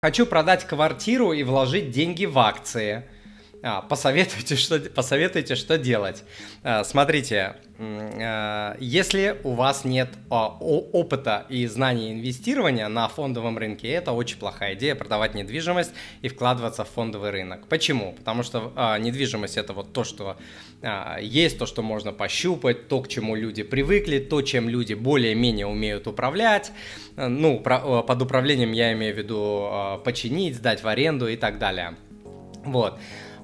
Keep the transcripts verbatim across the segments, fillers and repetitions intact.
Хочу продать квартиру и вложить деньги в акции. А, посоветуйте, что, посоветуйте, что делать. А, смотрите, а, если у вас нет а, опыта и знаний инвестирования на фондовом рынке, это очень плохая идея продавать недвижимость и вкладываться в фондовый рынок. Почему? Потому что а, недвижимость это вот то, что а, есть, то, что можно пощупать, то, к чему люди привыкли, то, чем люди более-менее умеют управлять. Ну, про, под управлением я имею в виду а, починить, сдать в аренду и так далее. Вот.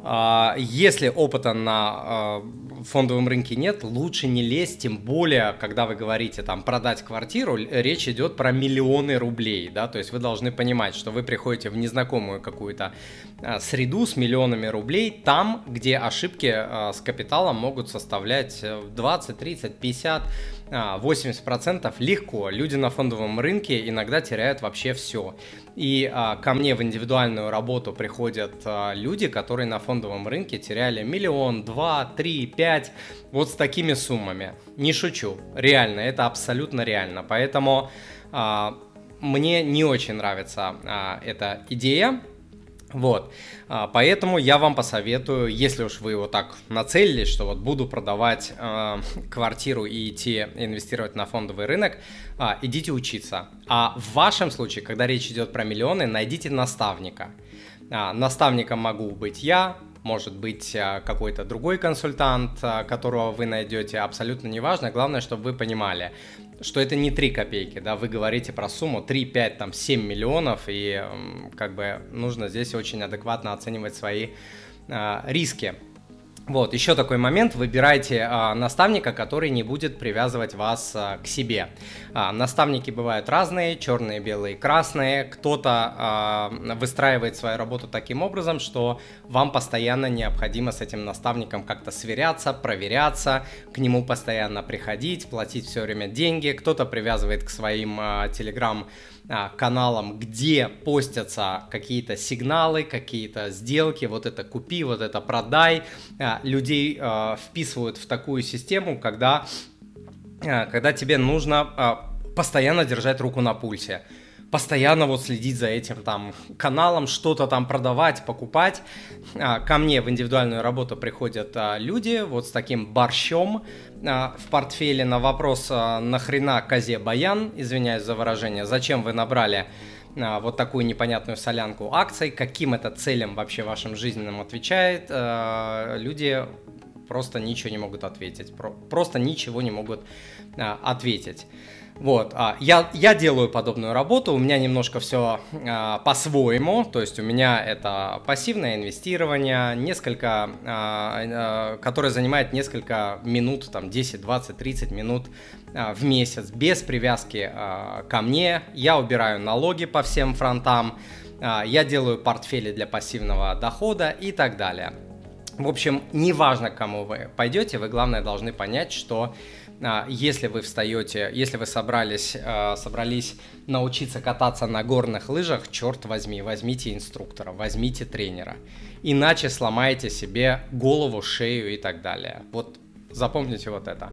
Если опыта на фондовом рынке нет, лучше не лезть, тем более, когда вы говорите там продать квартиру, речь идет про миллионы рублей, да, то есть вы должны понимать, что вы приходите в незнакомую какую-то среду с миллионами рублей, там, где ошибки с капиталом могут составлять двадцать, тридцать, пятьдесят, восемьдесят процентов легко. Люди на фондовом рынке иногда теряют вообще все. И а, ко мне в индивидуальную работу приходят а, люди, которые на фондовом рынке теряли миллион, два, три, пять, вот с такими суммами. Не шучу, реально, это абсолютно реально. Поэтому а, мне не очень нравится а, эта идея. Вот, поэтому я вам посоветую, если уж вы вот так нацелились, что вот буду продавать э, квартиру и идти инвестировать на фондовый рынок, э, идите учиться. А в вашем случае, когда речь идет про миллионы, найдите наставника. Э, наставником могу быть я, может быть э, какой-то другой консультант, э, которого вы найдете, абсолютно неважно. Главное, чтобы вы понимали, что это не три копейки, да, вы говорите про сумму три, пять, там, семь миллионов, и как бы нужно здесь очень адекватно оценивать свои э, риски. Вот, еще такой момент, выбирайте э, наставника, который не будет привязывать вас э, к себе. Э, наставники бывают разные, черные, белые, красные. Кто-то э, выстраивает свою работу таким образом, что вам постоянно необходимо с этим наставником как-то сверяться, проверяться, к нему постоянно приходить, платить все время деньги. Кто-то привязывает к своим э, телеграм каналам, где постятся какие-то сигналы, какие-то сделки, вот это купи, вот это продай. Людей э, вписывают в такую систему, когда, э, когда тебе нужно э, постоянно держать руку на пульсе, постоянно вот следить за этим там каналом, что-то там продавать, покупать. Э, ко мне в индивидуальную работу приходят э, люди вот с таким борщом э, в портфеле на вопрос э, нахрена козе баян, извиняюсь за выражение, зачем вы набрали вот такую непонятную солянку акций, каким это целям вообще вашим жизненным отвечает, люди просто ничего не могут ответить, просто ничего не могут ответить. Вот, я, я делаю подобную работу, у меня немножко все а, по-своему, то есть у меня это пассивное инвестирование, несколько, а, а, которое занимает несколько минут, там десять, двадцать, тридцать минут а, в месяц, без привязки а, ко мне, я убираю налоги по всем фронтам, а, я делаю портфели для пассивного дохода и так далее. В общем, неважно, к кому вы пойдете, вы, главное, должны понять, что если вы встаете, если вы собрались, собрались научиться кататься на горных лыжах, черт возьми, возьмите инструктора, возьмите тренера, иначе сломаете себе голову, шею и так далее. Вот запомните вот это.